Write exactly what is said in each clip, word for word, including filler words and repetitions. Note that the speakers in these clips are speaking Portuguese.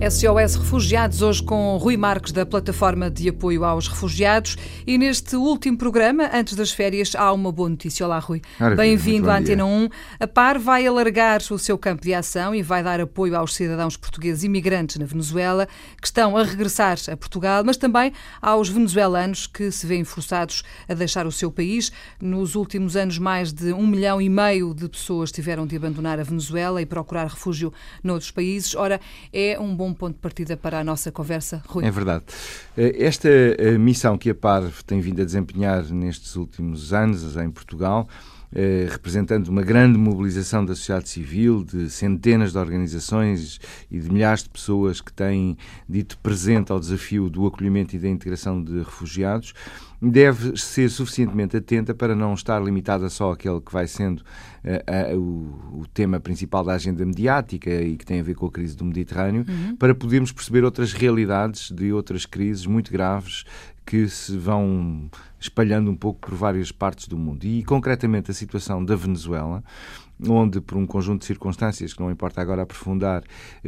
S O S Refugiados, hoje com Rui Marques, da Plataforma de Apoio aos Refugiados. E neste último programa, antes das férias, há uma boa notícia. Olá, Rui. Bem-vindo à Antena um. A P A R vai alargar o seu campo de ação e vai dar apoio aos cidadãos portugueses imigrantes na Venezuela, que estão a regressar a Portugal, mas também aos venezuelanos que se veem forçados a deixar o seu país. Nos últimos anos, mais de um milhão e meio de pessoas tiveram de abandonar a Venezuela e procurar refúgio noutros países. Ora, é um bom ponto de partida para a nossa conversa, Rui. É verdade. Esta missão que a P A R tem vindo a desempenhar nestes últimos anos em Portugal, eh, representando uma grande mobilização da sociedade civil, de centenas de organizações e de milhares de pessoas que têm dito presente ao desafio do acolhimento e da integração de refugiados, deve ser suficientemente atenta para não estar limitada só àquele que vai sendo uh, uh, o, o tema principal da agenda mediática e que tem a ver com a crise do Mediterrâneo, uhum. para podermos perceber outras realidades de outras crises muito graves que se vão espalhando um pouco por várias partes do mundo. E, concretamente, a situação da Venezuela, onde, por um conjunto de circunstâncias que não importa agora aprofundar,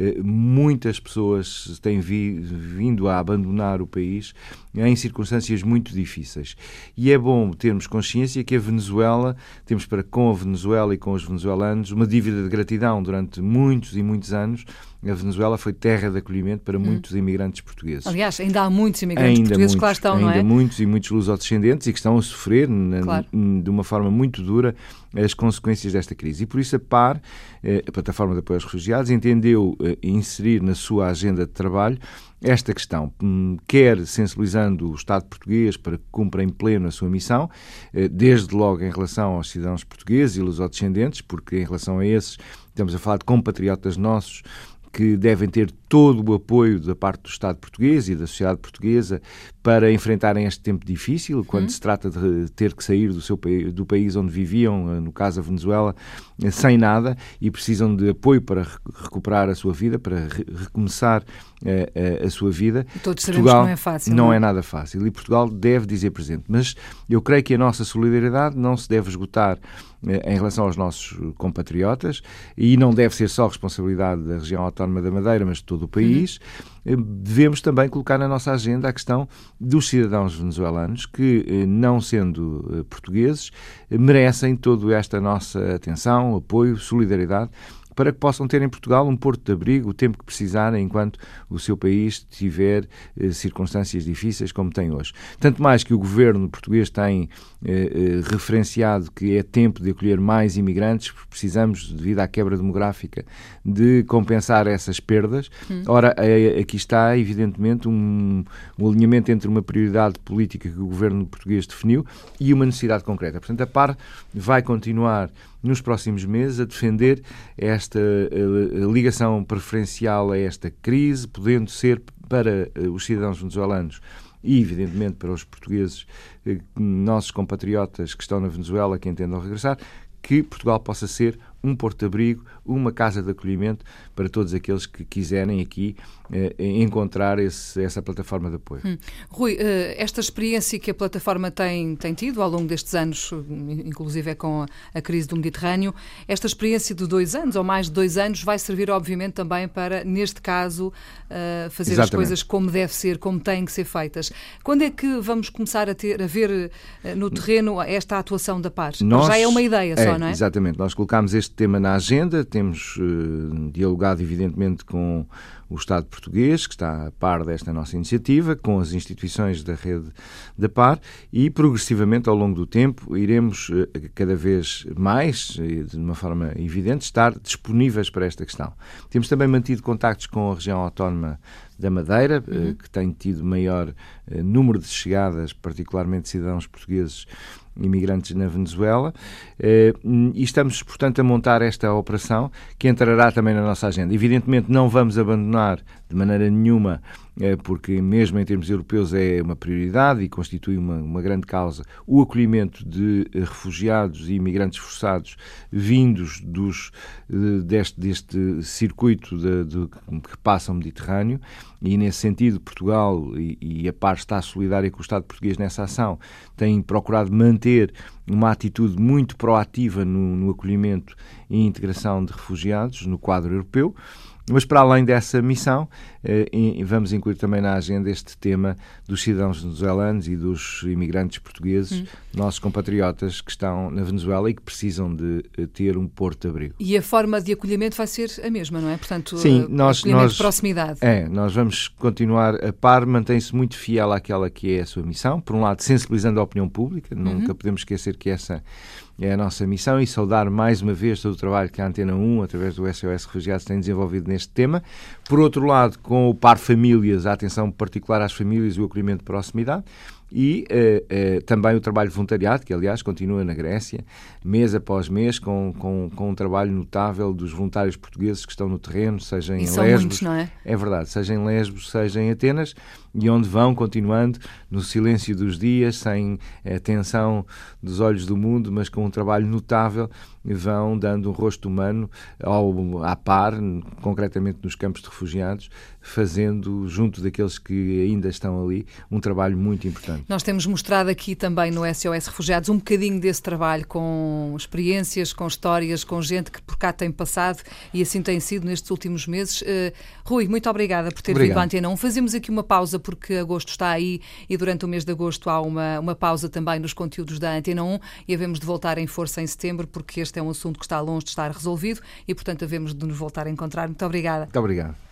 muitas pessoas têm vi, vindo a abandonar o país em circunstâncias muito difíceis. E é bom termos consciência que a Venezuela, temos para com a Venezuela e com os venezuelanos uma dívida de gratidão durante muitos e muitos anos. A Venezuela foi terra de acolhimento para muitos hum. imigrantes portugueses. Aliás, ainda há muitos imigrantes ainda portugueses muitos, que lá estão, não é? Ainda muitos e muitos lusodescendentes e que estão a sofrer na, claro. de uma forma muito dura as consequências desta crise. E por isso a P A R, a Plataforma de Apoio aos Refugiados, entendeu inserir na sua agenda de trabalho esta questão, quer sensibilizando o Estado português para que cumpra em pleno a sua missão, desde logo em relação aos cidadãos portugueses e lusodescendentes, porque em relação a esses estamos a falar de compatriotas nossos que devem ter todo o apoio da parte do Estado português e da sociedade portuguesa para enfrentarem este tempo difícil, quando hum. se trata de ter que sair do, seu, do país onde viviam, no caso a Venezuela, sem nada, e precisam de apoio para recuperar a sua vida, para re recomeçar a, a, a sua vida. E todos sabemos que não é fácil. Não, não é nada fácil, e Portugal deve dizer presente. Mas eu creio que a nossa solidariedade não se deve esgotar em relação aos nossos compatriotas, e não deve ser só responsabilidade da região autónoma da Madeira, mas de todo o país. Uhum. Devemos também colocar na nossa agenda a questão dos cidadãos venezuelanos que, não sendo portugueses, merecem toda esta nossa atenção, apoio, solidariedade, para que possam ter em Portugal um porto de abrigo o tempo que precisarem enquanto o seu país tiver eh, circunstâncias difíceis como tem hoje. Tanto mais que o governo português tem eh, eh, referenciado que é tempo de acolher mais imigrantes, porque precisamos, devido à quebra demográfica, de compensar essas perdas. Hum. Ora, eh, aqui está, evidentemente, um, um alinhamento entre uma prioridade política que o governo português definiu e uma necessidade concreta. Portanto, a P A R vai continuar nos próximos meses a defender esta a, a ligação preferencial a esta crise, podendo ser para os cidadãos venezuelanos e, evidentemente, para os portugueses, nossos compatriotas que estão na Venezuela, que entendam regressar, que Portugal possa ser um porto de abrigo, uma casa de acolhimento para todos aqueles que quiserem aqui eh, encontrar esse, essa plataforma de apoio. Hum. Rui, esta experiência que a plataforma tem, tem tido ao longo destes anos, inclusive é com a, a crise do Mediterrâneo, esta experiência de dois anos ou mais de dois anos vai servir obviamente também para, neste caso, uh, fazer Exatamente. as coisas como deve ser, como têm que ser feitas. Quando é que vamos começar a, ter, a ver uh, no terreno esta atuação da P A R? Nós, Já é uma ideia é, só, não é? Exatamente. Nós colocámos este tema na agenda, temos uh, dialogado evidentemente com o Estado português, que está a par desta nossa iniciativa, com as instituições da rede da P A R, e progressivamente ao longo do tempo iremos uh, cada vez mais, de uma forma evidente, estar disponíveis para esta questão. Temos também mantido contactos com a região autónoma da Madeira, uhum. uh, que tem tido maior uh, número de chegadas, particularmente de cidadãos portugueses imigrantes na Venezuela, e estamos, portanto, a montar esta operação que entrará também na nossa agenda. Evidentemente não vamos abandonar de maneira nenhuma, porque mesmo em termos europeus é uma prioridade e constitui uma, uma grande causa, o acolhimento de refugiados e imigrantes forçados vindos dos, deste, deste circuito de, de, que passa o Mediterrâneo, e nesse sentido Portugal e, e a P A R está solidária com o Estado português nessa ação, tem procurado manter uma atitude muito proativa no, no acolhimento e integração de refugiados no quadro europeu. Mas, para além dessa missão, eh, vamos incluir também na agenda este tema dos cidadãos venezuelanos e dos imigrantes portugueses, hum. nossos compatriotas que estão na Venezuela e que precisam de ter um porto de abrigo. E a forma de acolhimento vai ser a mesma, não é? Portanto, sim, nós, acolhimento nós, de proximidade. É, nós vamos continuar a par, mantém-se muito fiel àquela que é a sua missão. Por um lado, sensibilizando a opinião pública, uhum. nunca podemos esquecer que essa é a nossa missão, e saudar mais uma vez todo o trabalho que a Antena um, através do S O S Refugiados, tem desenvolvido neste tema. Por outro lado, com o Par Famílias, a atenção particular às famílias e o acolhimento de proximidade. E uh, uh, também o trabalho de voluntariado, que aliás continua na Grécia, mês após mês, com, com, com um trabalho notável dos voluntários portugueses que estão no terreno, seja em e são Lesbos, muitos, não é? É verdade, seja em Lesbos, seja em Atenas, e onde vão continuando no silêncio dos dias, sem a tensão dos olhos do mundo, mas com um trabalho notável, vão dando um rosto humano ao, à par, concretamente nos campos de refugiados, fazendo, junto daqueles que ainda estão ali, um trabalho muito importante. Nós temos mostrado aqui também no S O S Refugiados um bocadinho desse trabalho, com experiências, com histórias, com gente que por cá tem passado, e assim tem sido nestes últimos meses. Uh, Rui, muito obrigada por ter Obrigado. vindo à Antena um. Fazemos aqui uma pausa porque agosto está aí e durante o mês de agosto há uma, uma pausa também nos conteúdos da Antena um, e havemos de voltar em força em setembro, porque este é um assunto que está longe de estar resolvido e, portanto, havemos de nos voltar a encontrar. Muito obrigada. Muito obrigado.